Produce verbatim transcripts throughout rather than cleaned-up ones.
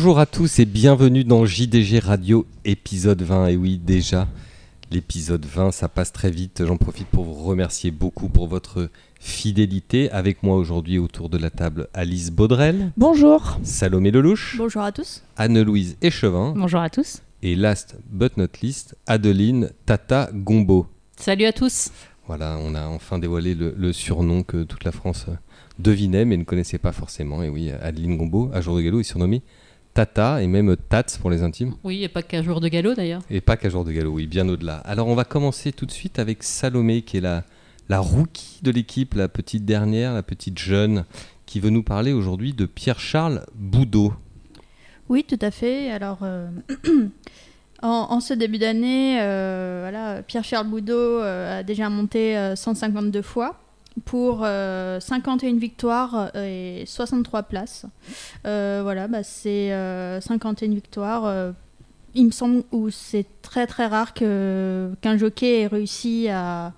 Bonjour à tous et bienvenue dans J D G Radio épisode vingt. Et oui, déjà, l'épisode vingt, ça passe très vite. J'en profite pour vous remercier beaucoup pour votre fidélité. Avec moi aujourd'hui autour de la table, Alice Baudrel. Bonjour. Salomé Lelouch. Bonjour à tous. Anne-Louise Échevin. Bonjour à tous. Et last but not least, Adeline Tata Gombo. Salut à tous. Voilà, on a enfin dévoilé le, le surnom que toute la France devinait mais ne connaissait pas forcément. Et oui, Adeline Gombo, à jour de galop, est surnommée Tata et même Tats pour les intimes. Oui, et pas qu'à jour de galop d'ailleurs. Et pas qu'à jour de galop, oui, bien au-delà. Alors on va commencer tout de suite avec Salomé, qui est la, la rookie de l'équipe, la petite dernière, la petite jeune, qui veut nous parler aujourd'hui de Pierre-Charles Boudot. Oui, tout à fait. Alors, euh, en, en ce début d'année, euh, voilà, Pierre-Charles Boudot euh, a déjà monté euh, cent cinquante-deux fois pour euh, cinquante et une victoires et soixante-trois places. Euh, voilà, bah, c'est euh, cinquante et une victoires. Euh, il me semble où c'est très très rare que, qu'un jockey ait réussi à,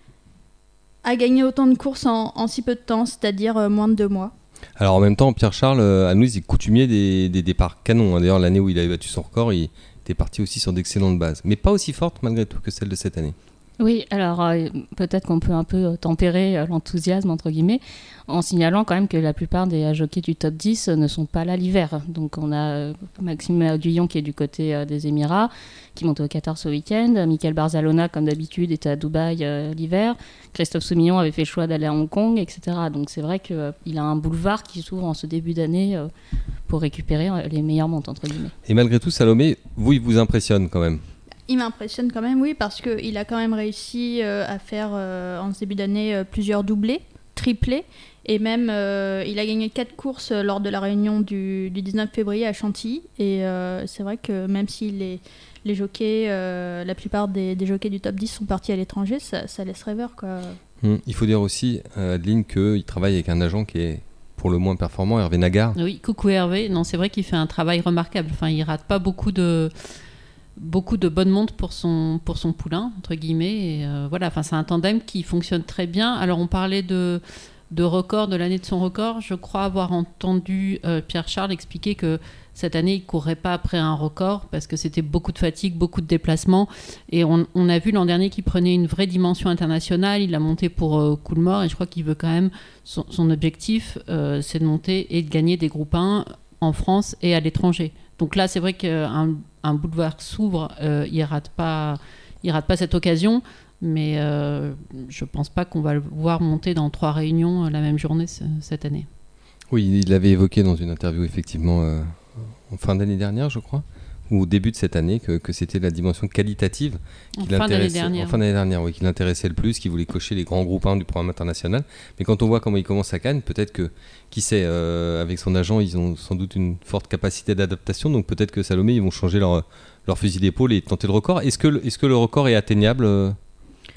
à gagner autant de courses en, en si peu de temps, c'est-à-dire euh, moins de deux mois. Alors en même temps, Pierre-Charles, euh, à nous, il est coutumier des, des départs canons. Hein. D'ailleurs, l'année où il avait battu son record, il était parti aussi sur d'excellentes bases. Mais pas aussi forte malgré tout que celle de cette année. Oui, alors euh, peut-être qu'on peut un peu euh, tempérer euh, l'enthousiasme, entre guillemets, en signalant quand même que la plupart des euh, jockeys du top dix euh, ne sont pas là l'hiver. Donc on a euh, Maxime Guyon qui est du côté euh, des Émirats, qui monte au Qatar ce week-end. Michael Barzalona, comme d'habitude, était à Dubaï euh, l'hiver. Christophe Soumillon avait fait le choix d'aller à Hong Kong, et cetera. Donc c'est vrai qu'il euh, a un boulevard qui s'ouvre en ce début d'année euh, pour récupérer euh, les meilleures montes, entre guillemets. Et malgré tout, Salomé, vous, il vous impressionne quand même? Il m'impressionne quand même, oui, parce qu'il a quand même réussi euh, à faire euh, en ce début d'année euh, plusieurs doublés, triplés, et même euh, il a gagné quatre courses euh, lors de la réunion du, du dix-neuf février à Chantilly. Et euh, c'est vrai que même si les, les jockeys, euh, la plupart des, des jockeys du top dix sont partis à l'étranger, ça, ça laisse rêveur, quoi. Hum, il faut dire aussi, euh, Adeline, qu'il travaille avec un agent qui est pour le moins performant, Hervé Nagard. Oui, coucou Hervé. Non, c'est vrai qu'il fait un travail remarquable. Enfin, il rate pas beaucoup de... beaucoup de bonnes montes pour son, pour son poulain, entre guillemets. Et euh, voilà, enfin, c'est un tandem qui fonctionne très bien. Alors, on parlait de, de record, de l'année de son record. Je crois avoir entendu euh, Pierre-Charles expliquer que cette année, il ne courrait pas après un record parce que c'était beaucoup de fatigue, beaucoup de déplacements. Et on, on a vu l'an dernier qu'il prenait une vraie dimension internationale. Il a monté pour euh, Coolmore et je crois qu'il veut quand même... Son, son objectif, euh, c'est de monter et de gagner des groupes un en France et à l'étranger. Donc là, c'est vrai qu'un un boulevard s'ouvre, euh, il rate pas, il rate pas cette occasion, mais euh, je pense pas qu'on va le voir monter dans trois réunions euh, la même journée c- cette année. Oui, il l'avait évoqué dans une interview effectivement euh, en fin d'année dernière, je crois, ou au début de cette année, que, que c'était la dimension qualitative qui En fin d'année l'intéressait. dernière. En fin d'année dernière, oui, qui l'intéressait le plus, qui voulait cocher les grands groupes un du programme international. Mais quand on voit comment il commence à Cannes, peut-être que, qui sait, euh, avec son agent, ils ont sans doute une forte capacité d'adaptation, donc peut-être que Salomé, ils vont changer leur, leur fusil d'épaule et tenter le record. Est-ce que, le- est-ce que le record est atteignable euh, potentiellement ?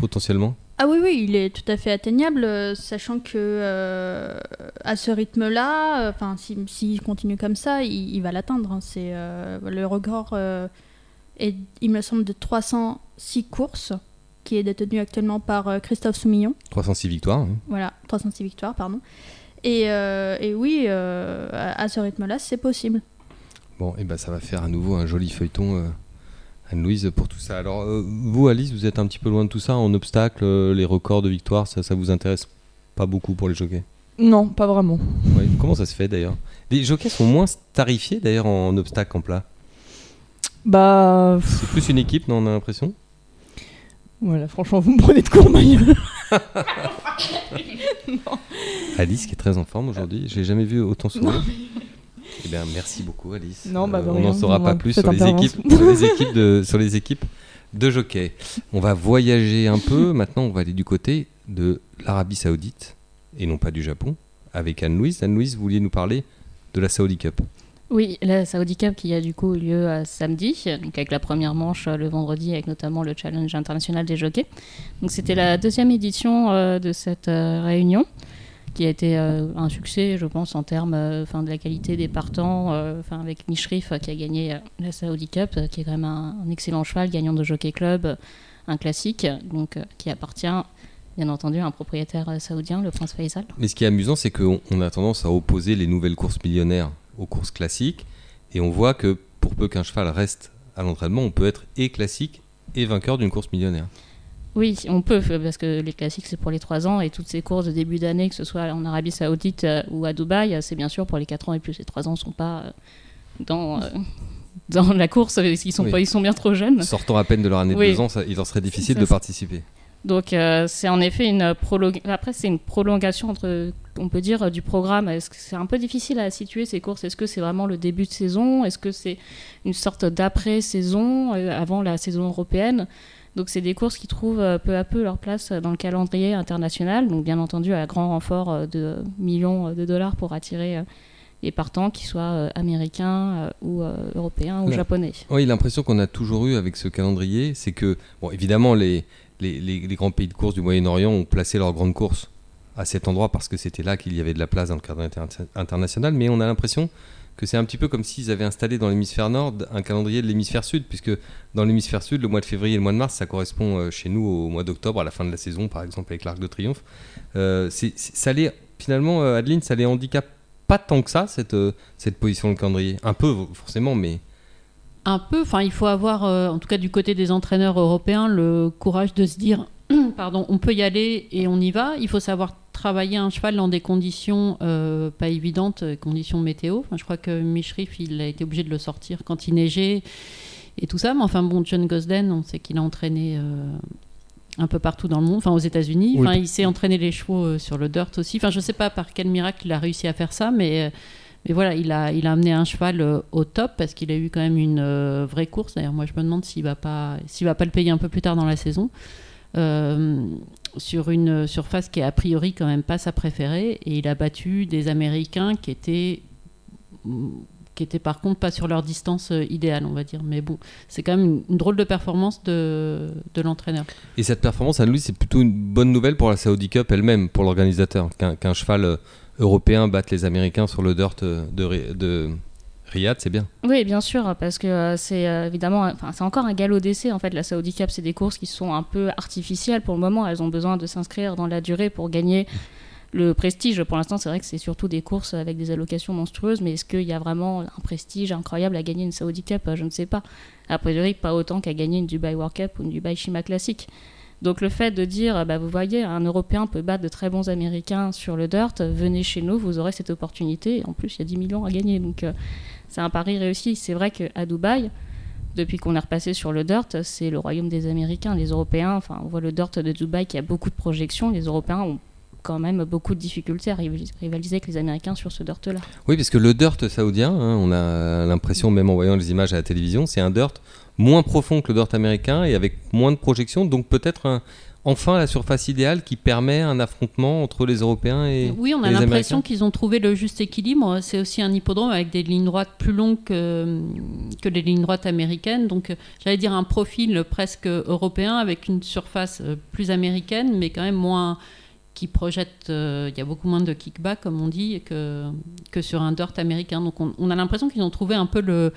Ah oui, oui, il est tout à fait atteignable, euh, sachant que euh, à ce rythme-là, enfin, s'il si, s'il continue comme ça, il, il va l'atteindre. Hein. C'est, euh, le record euh, est, il me semble, de trois cent six courses, qui est détenu actuellement par euh, Christophe Soumillon. trois cent six victoires. Hein. Voilà, trois cent six victoires, pardon. Et, euh, et oui, euh, à, à ce rythme-là, c'est possible. Bon, et ben ça va faire à nouveau un joli feuilleton, euh, Anne-Louise, pour tout ça. Alors, euh, vous, Alice, vous êtes un petit peu loin de tout ça, en obstacle, euh, les records de victoire, ça, ça vous intéresse pas beaucoup pour les jockeys ? Non, pas vraiment. Ouais, comment ça se fait d'ailleurs ? Les jockeys sont moins tarifiés d'ailleurs en obstacle qu'en plat. Bah, C'est plus une équipe, non, on a l'impression ? voilà, franchement, vous me prenez de court, Maïa. Alice qui est très en forme aujourd'hui, j'ai jamais vu autant sourire. Eh bien, merci beaucoup, Alice. Non, bah, de on rien, n'en saura on pas va plus cette sur les, intervention. équipes, sur, les équipes de, sur les équipes de jockey. On va voyager un peu. Maintenant, on va aller du côté de l'Arabie Saoudite et non pas du Japon avec Anne-Louise. Anne-Louise, vous vouliez nous parler de la Saudi Cup. Oui, la Saudi Cup qui a du coup eu lieu à samedi, donc avec la première manche euh, le vendredi, avec notamment le Challenge international des jockeys. Donc c'était la deuxième édition euh, de cette euh, réunion, qui a été euh, un succès, je pense, en termes euh, de la qualité des partants, euh, avec Mishrif euh, qui a gagné euh, la Saudi Cup, euh, qui est quand même un, un excellent cheval, gagnant de Jockey Club, euh, un classique, donc euh, qui appartient bien entendu à un propriétaire euh, saoudien, le prince Faisal. Mais ce qui est amusant, c'est qu'on on a tendance à opposer les nouvelles courses millionnaires aux courses classiques Et on voit que pour peu qu'un cheval reste à l'entraînement, on peut être et classique et vainqueur d'une course millionnaire. Oui, on peut, parce que les classiques, c'est pour les trois ans, et toutes ces courses de début d'année, que ce soit en Arabie Saoudite euh, ou à Dubaï, c'est bien sûr pour les quatre ans et plus. Les trois ans ne sont pas euh, dans, euh, dans la course, ils sont, oui. pas, ils sont bien trop jeunes. Sortant à peine de leur année de oui. deux ans, ça, il leur serait difficile ça, de participer. Donc euh, c'est en effet une prolongation. Après c'est une prolongation entre, on peut dire, du programme. Est-ce que c'est un peu difficile à situer ces courses ? Est-ce que c'est vraiment le début de saison ? Est-ce que c'est une sorte d'après-saison euh, avant la saison européenne ? Donc c'est des courses qui trouvent euh, peu à peu leur place dans le calendrier international. Donc bien entendu à grand renfort euh, de millions de dollars pour attirer euh, les partants, qu'ils soient euh, américains euh, ou euh, européens ou Là. japonais. Oui, l'impression qu'on a toujours eu avec ce calendrier, c'est que, bon, évidemment, les, les, les, les grands pays de course du Moyen-Orient ont placé leurs grandes courses à cet endroit parce que c'était là qu'il y avait de la place dans le cadre inter- international, mais on a l'impression que c'est un petit peu comme s'ils avaient installé dans l'hémisphère nord un calendrier de l'hémisphère sud, puisque dans l'hémisphère sud, le mois de février et le mois de mars, ça correspond euh, chez nous au mois d'octobre, à la fin de la saison, par exemple avec l'Arc de Triomphe. Euh, c'est, c'est, ça les, finalement, euh, Adeline, ça les handicape pas tant que ça, cette, euh, cette position de calendrier. Un peu, forcément, mais... Un peu, enfin, il faut avoir, euh, en tout cas du côté des entraîneurs européens, le courage de se dire, pardon, on peut y aller et on y va. Il faut savoir travailler un cheval dans des conditions euh, pas évidentes, conditions météo. Enfin, je crois que Mishrif, il a été obligé de le sortir quand il neigeait et tout ça. Mais enfin, bon, John Gosden, on sait qu'il a entraîné euh, un peu partout dans le monde, enfin aux États-Unis. Enfin, oui. Il s'est entraîné les chevaux euh, sur le dirt aussi. Enfin, je sais pas par quel miracle il a réussi à faire ça, mais... Euh, Mais voilà, il a, il a amené un cheval euh, au top parce qu'il a eu quand même une euh, vraie course. D'ailleurs, moi, je me demande s'il ne va pas, s'il va pas le payer un peu plus tard dans la saison. Euh, sur une surface qui est a priori quand même pas sa préférée. Et il a battu des Américains qui étaient, qui étaient par contre pas sur leur distance euh, idéale, on va dire. Mais bon, c'est quand même une, une drôle de performance de, de l'entraîneur. Et cette performance, Anne-Louise, c'est plutôt une bonne nouvelle pour la Saudi Cup elle-même, pour l'organisateur, qu'un, qu'un cheval... Euh, européens battent les Américains sur le dirt de, de Riyad, c'est bien. Oui, bien sûr, parce que euh, c'est euh, évidemment, enfin, c'est encore un galop d'essai en fait. La Saudi Cup, c'est des courses qui sont un peu artificielles pour le moment. Elles ont besoin de s'inscrire dans la durée pour gagner le prestige. Pour l'instant, c'est vrai que c'est surtout des courses avec des allocations monstrueuses, mais est-ce qu'il y a vraiment un prestige incroyable à gagner une Saudi Cup ? Je ne sais pas. A priori, pas autant qu'à gagner une Dubai World Cup ou une Dubai Shima Classic. Donc le fait de dire, bah, vous voyez, un Européen peut battre de très bons Américains sur le dirt, venez chez nous, vous aurez cette opportunité. En plus, il y a dix millions à gagner, donc euh, c'est un pari réussi. C'est vrai qu'à Dubaï, depuis qu'on est repassé sur le dirt, c'est le royaume des Américains. Les Européens, enfin, on voit le dirt de Dubaï qui a beaucoup de projections. Les Européens ont quand même beaucoup de difficultés à rivaliser avec les Américains sur ce dirt-là. Oui, parce que le dirt saoudien, hein, on a l'impression, même en voyant les images à la télévision, c'est un dirt moins profond que le dirt américain et avec moins de projections, donc peut-être un, enfin la surface idéale qui permet un affrontement entre les Européens et les Américains. Oui, on a l'impression qu'ils ont trouvé le juste équilibre. C'est aussi un hippodrome avec des lignes droites plus longues que, que les lignes droites américaines, donc j'allais dire un profil presque européen avec une surface plus américaine, mais quand même moins... qui projette, il euh, y a beaucoup moins de kickback, comme on dit, que, que sur un dirt américain. Donc on, on a l'impression qu'ils ont trouvé un peu le,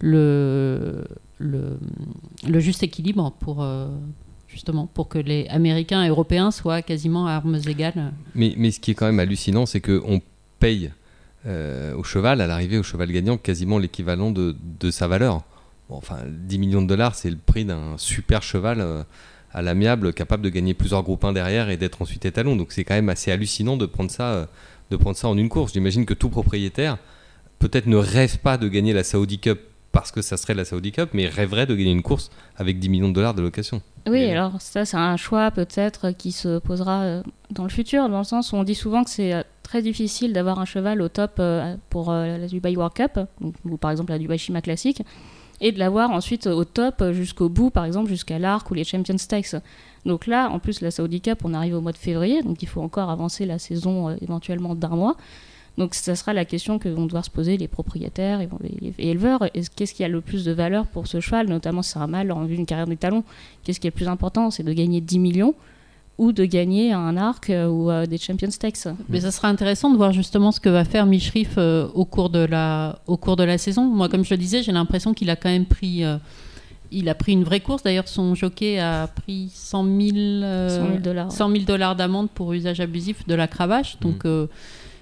le, le, le juste équilibre pour, euh, justement, pour que les Américains et Européens soient quasiment à armes égales. Mais, mais ce qui est quand même hallucinant, c'est qu'on paye euh, au cheval, à l'arrivée au cheval gagnant, quasiment l'équivalent de, de sa valeur. Bon, enfin, dix millions de dollars, c'est le prix d'un super cheval euh, à l'amiable, capable de gagner plusieurs groupes un derrière et d'être ensuite étalon. Donc c'est quand même assez hallucinant de prendre ça, de prendre ça en une course. J'imagine que tout propriétaire peut-être ne rêve pas de gagner la Saudi Cup parce que ça serait la Saudi Cup, mais rêverait de gagner une course avec dix millions de dollars de location. Oui, et alors ça c'est un choix peut-être qui se posera dans le futur, dans le sens où on dit souvent que c'est très difficile d'avoir un cheval au top pour la Dubai World Cup, ou par exemple la Dubai Shima Classic, et de l'avoir ensuite au top jusqu'au bout, par exemple jusqu'à l'Arc ou les Champions Stakes. Donc là, en plus, la Saudi Cup, on arrive au mois de février, donc il faut encore avancer la saison euh, éventuellement d'un mois. Donc ça sera la question que vont devoir se poser les propriétaires et les éleveurs. Qu'est-ce qui a le plus de valeur pour ce cheval, notamment si c'est un mâle en vue d'une carrière d'étalon ? Qu'est-ce qui est le plus important ? C'est de gagner dix millions ou de gagner un Arc euh, ou euh, des Champions Stakes. Mais ça sera intéressant de voir justement ce que va faire Mishrif euh, au, cours de la, au cours de la saison. Moi, comme je le disais, j'ai l'impression qu'il a quand même pris, euh, il a pris une vraie course. D'ailleurs, son jockey a pris cent mille dollars euh, d'amende pour usage abusif de la cravache. Donc, mmh. euh,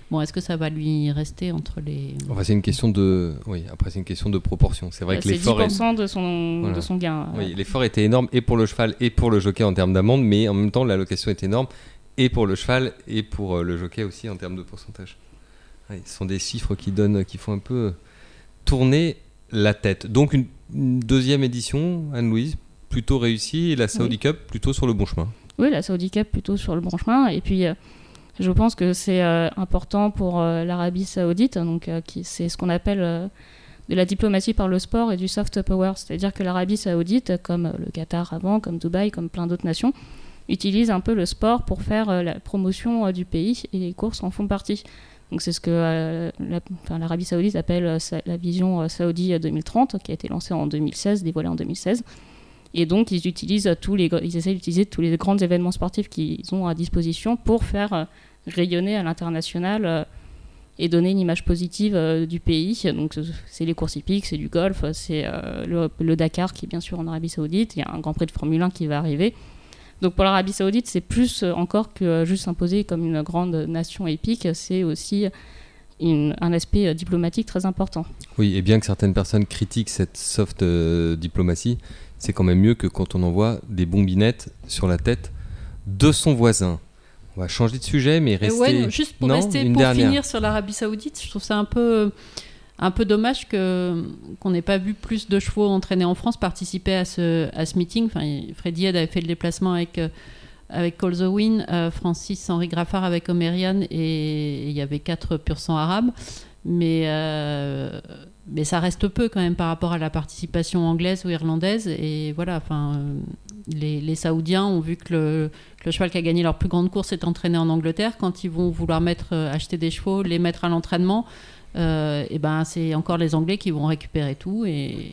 Bon, est-ce que ça va lui rester entre les... Enfin, c'est une question de, oui. Après, c'est une question de proportion. C'est vrai Euh, que c'est l'effort, dix est... pour cent de son, Voilà. de son gain. oui, l'effort était énorme et pour le cheval et pour le jockey en termes d'amende, mais en même temps, l'allocation est énorme et pour le cheval et pour euh, le jockey aussi en termes de pourcentage. Oui, ce sont des chiffres qui donnent, qui font un peu euh, tourner la tête. Donc une, une deuxième édition, Anne-Louise, plutôt réussie et la Saudi Oui. Cup plutôt sur le bon chemin. Oui, la Saudi Cup plutôt sur le bon chemin. Et puis, euh, je pense que c'est euh, important pour euh, l'Arabie Saoudite, donc euh, qui, c'est ce qu'on appelle euh, de la diplomatie par le sport et du soft power. C'est-à-dire que l'Arabie Saoudite, comme euh, le Qatar avant, comme Dubaï, comme plein d'autres nations, utilise un peu le sport pour faire euh, la promotion euh, du pays et les courses en font partie. Donc c'est ce que euh, la, enfin, l'Arabie Saoudite appelle euh, sa, la vision euh, Saoudi deux mille trente, qui a été lancée en deux mille seize, dévoilée en deux mille seize. Et donc, ils utilisent tous les, ils essayent d'utiliser tous les grands événements sportifs qu'ils ont à disposition pour faire euh, rayonner à l'international euh, et donner une image positive euh, du pays. Donc, c'est les courses hippiques, c'est du golf, c'est euh, le, le Dakar qui est bien sûr en Arabie Saoudite. Il y a un Grand Prix de Formule un qui va arriver. Donc, pour l'Arabie Saoudite, c'est plus euh, encore que euh, juste s'imposer comme une grande nation épique. C'est aussi une, un aspect euh, diplomatique très important. Oui, et bien que certaines personnes critiquent cette soft euh, diplomatie, c'est quand même mieux que quand on envoie des bombinettes sur la tête de son voisin. On va changer de sujet, mais rester... Ouais, non, juste pour non, rester, une pour dernière. finir sur l'Arabie Saoudite, je trouve ça un peu, un peu dommage que, qu'on n'ait pas vu plus de chevaux entraînés en France participer à ce, à ce meeting. Enfin, Freddy Head avait fait le déplacement avec, euh, avec Call the Wind, euh, Francis Henri Graffard avec Omerian, et il y avait quatre pur sang arabes. Mais, euh, mais ça reste peu quand même par rapport à la participation anglaise ou irlandaise. Et voilà, enfin, euh, les, les Saoudiens ont vu que le, que le cheval qui a gagné leur plus grande course est entraîné en Angleterre. Quand ils vont vouloir mettre, euh, acheter des chevaux, les mettre à l'entraînement, euh, et ben, c'est encore les Anglais qui vont récupérer tout. Et,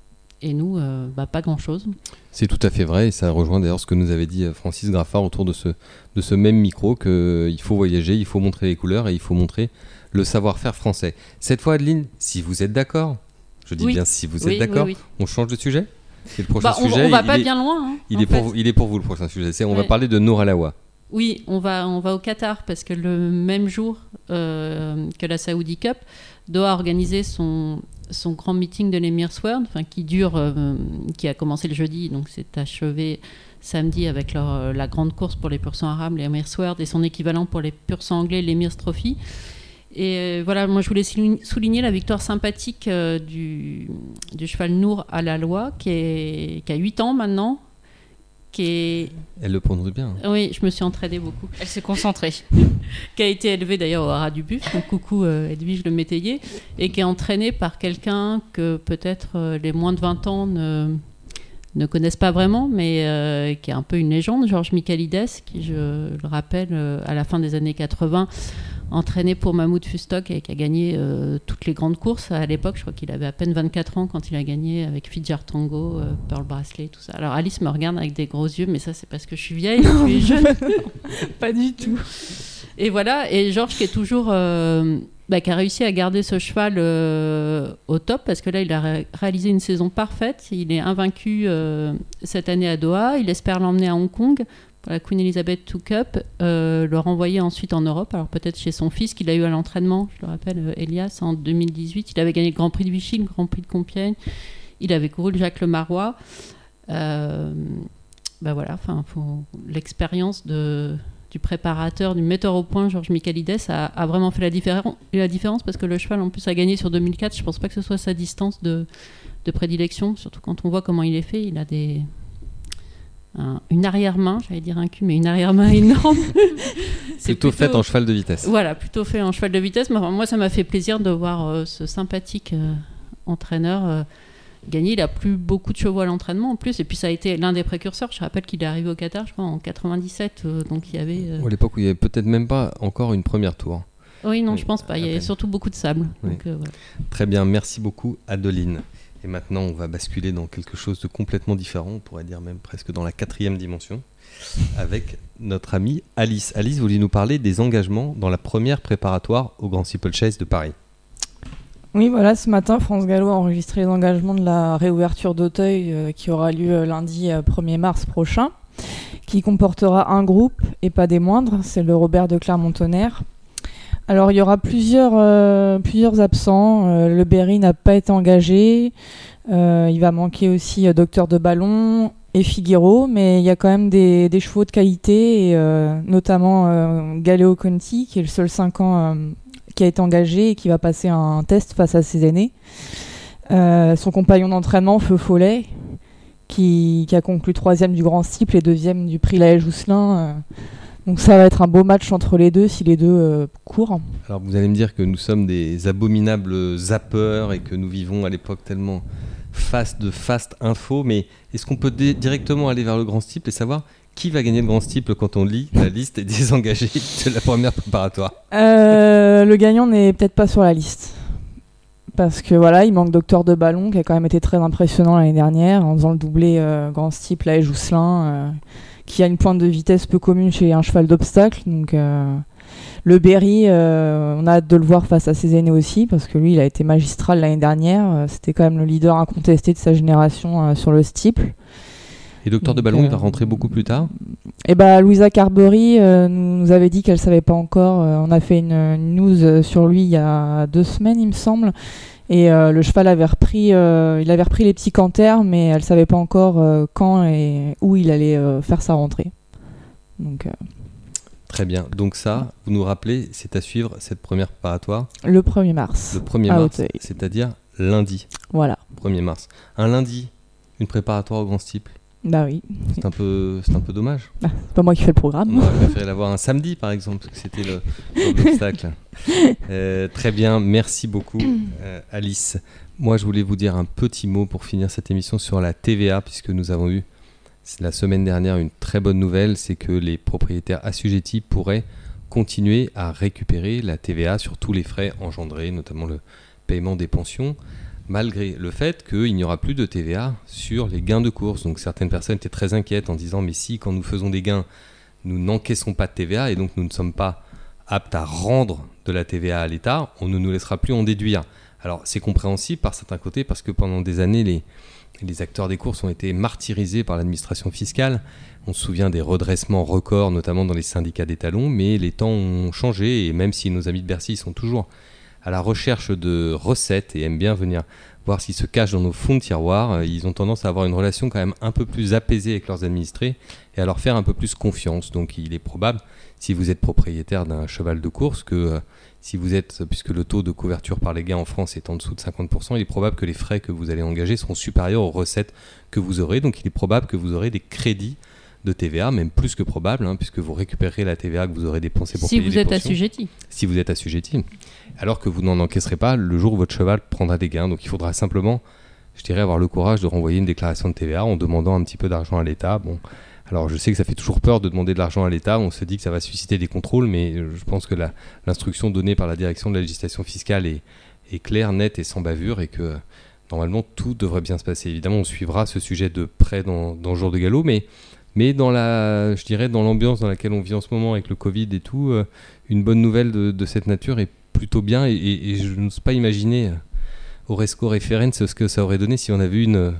et nous, euh, bah, pas grand-chose. C'est tout à fait vrai, et ça rejoint d'ailleurs ce que nous avait dit Francis Graffard autour de ce, de ce même micro, qu'il faut voyager, il faut montrer les couleurs et il faut montrer le savoir-faire français. Cette fois, Adeline, si vous êtes d'accord, je dis Oui. bien si vous Oui, êtes d'accord, oui, oui. on change de sujet. C'est le prochain Bah, on, sujet. on va il pas est, bien loin. Hein, il, en est pour fait. vous, il est pour vous le prochain sujet. C'est, on va Ouais. parler de Nour Alaoua. Oui, on va, on va au Qatar parce que le même jour euh, que la Saudi Cup, Doha a organisé son, son grand meeting de l'Emir Sword, enfin, qui dure, euh, qui a commencé le jeudi, donc c'est achevé samedi avec leur, euh, la grande course pour les pur sang arabes, l'Emir Sword, et son équivalent pour les pur sang anglais, l'Emir Trophy. Et euh, voilà, moi je voulais souligner la victoire sympathique euh, du, du cheval Nour Alaoua, qui, est, qui a huit ans maintenant. Qui est... Elle le prononce bien. Oui, je me suis entraînée beaucoup. Elle s'est concentrée. Qui a été élevée d'ailleurs au haras du Buff, donc coucou euh, Edwige le métayer, et qui est entraînée par quelqu'un que peut-être euh, les moins de vingt ans ne, ne connaissent pas vraiment, mais euh, qui est un peu une légende, Georges Michaelides, qui, je le rappelle, euh, à la fin des années quatre-vingts, entraîné pour Mahmoud Fustok et qui a gagné euh, toutes les grandes courses. À l'époque, je crois qu'il avait à peine vingt-quatre ans quand il a gagné avec Fidjar Tango, euh, Pearl Bracelet, tout ça. Alors Alice me regarde avec des gros yeux, mais ça c'est parce que je suis vieille, je suis jeune. Pas du tout. Et voilà, et Georges qui est toujours... Euh, bah, qui a réussi à garder ce cheval euh, au top, parce que là, il a ré- réalisé une saison parfaite. Il est invaincu euh, cette année à Doha. Il espère l'emmener à Hong Kong pour la Queen Elizabeth deux Cup, euh, le renvoyer ensuite en Europe, alors peut-être chez son fils qu'il a eu à l'entraînement, je le rappelle, euh, Elias, en deux mille dix-huit. Il avait gagné le Grand Prix de Vichy, le Grand Prix de Compiègne. Il avait couru le Jacques Le Marois. Euh, bah voilà, faut, l'expérience de... du préparateur, du metteur au point, Georges Michaelides, a, a vraiment fait la, différen- la différence, parce que le cheval, en plus, a gagné sur deux mille quatre. Je ne pense pas que ce soit sa distance de, de prédilection, surtout quand on voit comment il est fait. Il a des, un, une arrière-main, j'allais dire un cul, mais une arrière-main énorme. C'est plutôt, plutôt fait en cheval de vitesse. Voilà, plutôt fait en cheval de vitesse. Mais enfin, moi, ça m'a fait plaisir de voir euh, ce sympathique euh, entraîneur euh, gagné. Il a plus beaucoup de chevaux à l'entraînement en plus, et puis ça a été l'un des précurseurs. Je rappelle qu'il est arrivé au Qatar, je crois, en quatre-vingt-dix-sept, euh, donc il y avait... Euh... À l'époque où il n'y avait peut-être même pas encore une première tour. Oui, non, oui, je pense pas. Il y avait surtout beaucoup de sable. Oui. Donc, euh, voilà. Très bien, merci beaucoup Adeline. Et maintenant, on va basculer dans quelque chose de complètement différent, on pourrait dire même presque dans la quatrième dimension, avec notre amie Alice. Alice, vous vouliez nous parler des engagements dans la première préparatoire au Grand Steeplechase de Paris. Oui, voilà, ce matin, France Gallo a enregistré les engagements de la réouverture d'Auteuil euh, qui aura lieu euh, lundi euh, premier mars prochain, qui comportera un groupe et pas des moindres, c'est le Robert de Clermont-Tonnerre. Alors, il y aura plusieurs, euh, plusieurs absents. Euh, le Berry n'a pas été engagé. Euh, il va manquer aussi euh, Docteur de Ballon et Figueroa, mais il y a quand même des, des chevaux de qualité, et, euh, notamment euh, Galeo Conti, qui est le seul cinq ans euh, qui a été engagé et qui va passer un test face à ses aînés. Euh, son compagnon d'entraînement, Feu Follet, qui, qui a conclu troisième du Grand Steeple et deuxième du Prix Laël Jousselin. Euh, donc ça va être un beau match entre les deux si les deux euh, courent. Alors vous allez me dire que nous sommes des abominables zappeurs et que nous vivons à l'époque tellement fast de fast info, mais est-ce qu'on peut dé- directement aller vers le Grand Steeple et savoir qui va gagner le Grand Steeple quand on lit la liste des engagés de la première préparatoire? euh, Le gagnant n'est peut-être pas sur la liste. Parce que voilà, il manque Docteur de Ballon, qui a quand même été très impressionnant l'année dernière, en faisant le doublé euh, Grand Steeple à Jousselin, euh, qui a une pointe de vitesse peu commune chez un cheval d'obstacle. Donc euh, le Berry, euh, on a hâte de le voir face à ses aînés aussi, parce que lui, il a été magistral l'année dernière. Euh, c'était quand même le leader incontesté de sa génération euh, sur le steeple. Et Docteur de Ballon, euh, il va rentrer beaucoup plus tard. Et bah, Louisa Carberry euh, nous avait dit qu'elle savait pas encore. Euh, on a fait une, une news sur lui il y a deux semaines, il me semble. Et euh, le cheval avait repris, euh, il avait repris les petits canters, mais elle savait pas encore euh, quand et où il allait euh, faire sa rentrée. Donc, euh, Très bien. Donc ça, vous nous rappelez, c'est à suivre cette première préparatoire le premier mars. le premier à mars, Auteuil. c'est-à-dire lundi. Voilà. premier mars. Un lundi, une préparatoire au Grand Steeple. Bah oui. C'est un peu, c'est un peu dommage. Bah, c'est pas moi qui fais le programme. On aurait préféré l'avoir un samedi, par exemple, parce que c'était le, l'obstacle. Euh, très bien, merci beaucoup, euh, Alice. Moi, je voulais vous dire un petit mot pour finir cette émission sur la T V A, puisque nous avons eu la semaine dernière une très bonne nouvelle, c'est que les propriétaires assujettis pourraient continuer à récupérer la T V A sur tous les frais engendrés, notamment le paiement des pensions, malgré le fait qu'il n'y aura plus de T V A sur les gains de course. Donc certaines personnes étaient très inquiètes en disant « mais si, quand nous faisons des gains, nous n'encaissons pas de T V A et donc nous ne sommes pas aptes à rendre de la T V A à l'État, on ne nous laissera plus en déduire ». Alors c'est compréhensible par certains côtés parce que pendant des années, les, les acteurs des courses ont été martyrisés par l'administration fiscale. On se souvient des redressements records, notamment dans les syndicats d'étalons, mais les temps ont changé et même si nos amis de Bercy sont toujours à la recherche de recettes et aiment bien venir voir ce qui se cache dans nos fonds de tiroir, ils ont tendance à avoir une relation quand même un peu plus apaisée avec leurs administrés et à leur faire un peu plus confiance. Donc il est probable, si vous êtes propriétaire d'un cheval de course, que euh, si vous êtes, puisque le taux de couverture par les gains en France est en dessous de cinquante pour cent, il est probable que les frais que vous allez engager seront supérieurs aux recettes que vous aurez. Donc il est probable que vous aurez des crédits de T V A, même plus que probable, hein, puisque vous récupérerez la T V A que vous aurez dépensée pour si payer vous les êtes pensions. assujetti. Si vous êtes assujetti. Alors que vous n'en encaisserez pas le jour où votre cheval prendra des gains. Donc il faudra simplement, je dirais, avoir le courage de renvoyer une déclaration de T V A en demandant un petit peu d'argent à l'État. Bon, alors je sais que ça fait toujours peur de demander de l'argent à l'État, on se dit que ça va susciter des contrôles, mais je pense que la, l'instruction donnée par la direction de la législation fiscale est, est claire, nette et sans bavure, et que normalement tout devrait bien se passer. Évidemment, on suivra ce sujet de près dans, dans le jour de galop, mais... Mais dans la, je dirais, dans l'ambiance dans laquelle on vit en ce moment avec le Covid et tout, euh, une bonne nouvelle de, de cette nature est plutôt bien. Et, et, et je n'ose pas imaginer euh, au resco referens ce que ça aurait donné si on avait eu une,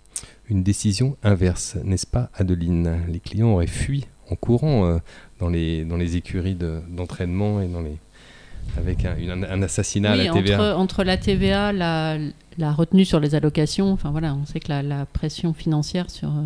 une décision inverse, n'est-ce pas, Adeline? Les clients auraient fui en courant euh, dans, les, dans les écuries de, d'entraînement et dans les, avec un, une, un assassinat oui, à la T V A. Entre, entre la T V A, la, la retenue sur les allocations, enfin voilà, on sait que la, la pression financière sur... Euh,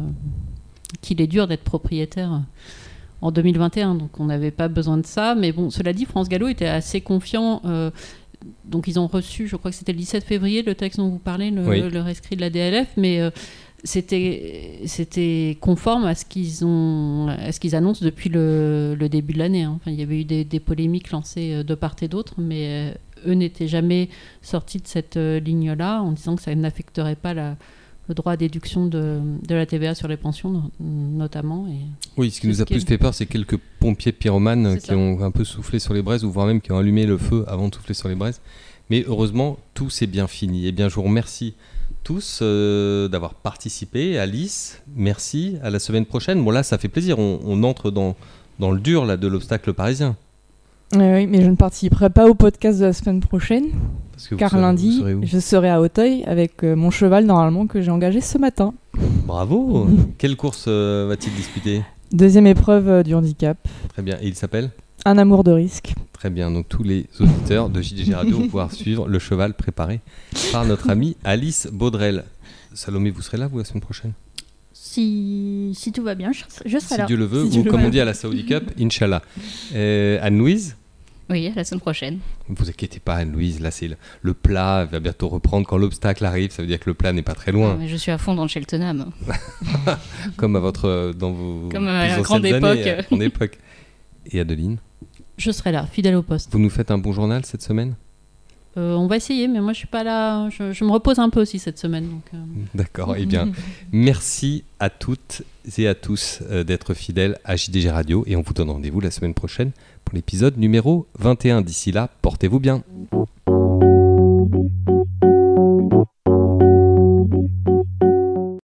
qu'il est dur d'être propriétaire en deux mille vingt et un, donc on n'avait pas besoin de ça. Mais bon, cela dit, France Gallo était assez confiant. Euh, donc ils ont reçu, je crois que c'était le dix-sept février, le texte dont vous parlez, le, oui. le rescrit de la D L F, mais euh, c'était, c'était conforme à ce qu'ils ont, à ce qu'ils annoncent depuis le, le début de l'année. Hein. Enfin, il y avait eu des, des polémiques lancées de part et d'autre, mais euh, eux n'étaient jamais sortis de cette euh, ligne-là en disant que ça n'affecterait pas la le droit à déduction de, de la T V A sur les pensions, no- notamment. Et oui, ce qui c'est nous ce a qui plus est... fait peur, c'est quelques pompiers pyromanes C'est qui ça. ont un peu soufflé sur les braises, ou voire même qui ont allumé le feu avant de souffler sur les braises. Mais heureusement, tout s'est bien fini. Eh bien, je vous remercie tous euh, d'avoir participé. Alice, merci. À la semaine prochaine. Bon, là, ça fait plaisir. On, on entre dans, dans le dur là, de l'obstacle parisien. Euh, oui, mais je ne participerai pas au podcast de la semaine prochaine, Parce que vous car serez- lundi, vous serez où je serai à Auteuil avec euh, mon cheval, normalement, que j'ai engagé ce matin. Bravo. Quelle course euh, va-t-il disputer? Deuxième épreuve euh, du handicap. Très bien. Et il s'appelle un amour de risque. Très bien, donc tous les auditeurs de J D G Radio vont pouvoir suivre le cheval préparé par notre amie Alice Baudrel. Salomé, vous serez là, vous, la semaine prochaine ? Si, si tout va bien, je, je serai si là. Dieu le veut, Si ou Dieu le comme veut. on dit à la Saudi Cup, Inch'Allah. Euh, Anne-Louise ? Oui, à la semaine prochaine. Ne vous inquiétez pas, Anne-Louise, là, c'est le, le plat va bientôt reprendre quand l'obstacle arrive. Ça veut dire que le plat n'est pas très loin. Ah, mais je suis à fond dans le Cheltenham. Comme à votre, dans vos Comme à plus la anciennes grande années, époque. à la grande époque. Et Adeline, Je serai là, fidèle au poste. vous nous faites un bon journal cette semaine ? Euh, on va essayer, mais moi je suis pas là. Je, je me repose un peu aussi cette semaine. Donc, euh, D'accord, eh bien, merci à toutes et à tous euh, d'être fidèles à J D G Radio et on vous donne rendez-vous la semaine prochaine pour l'épisode numéro vingt et un. D'ici là, portez-vous bien.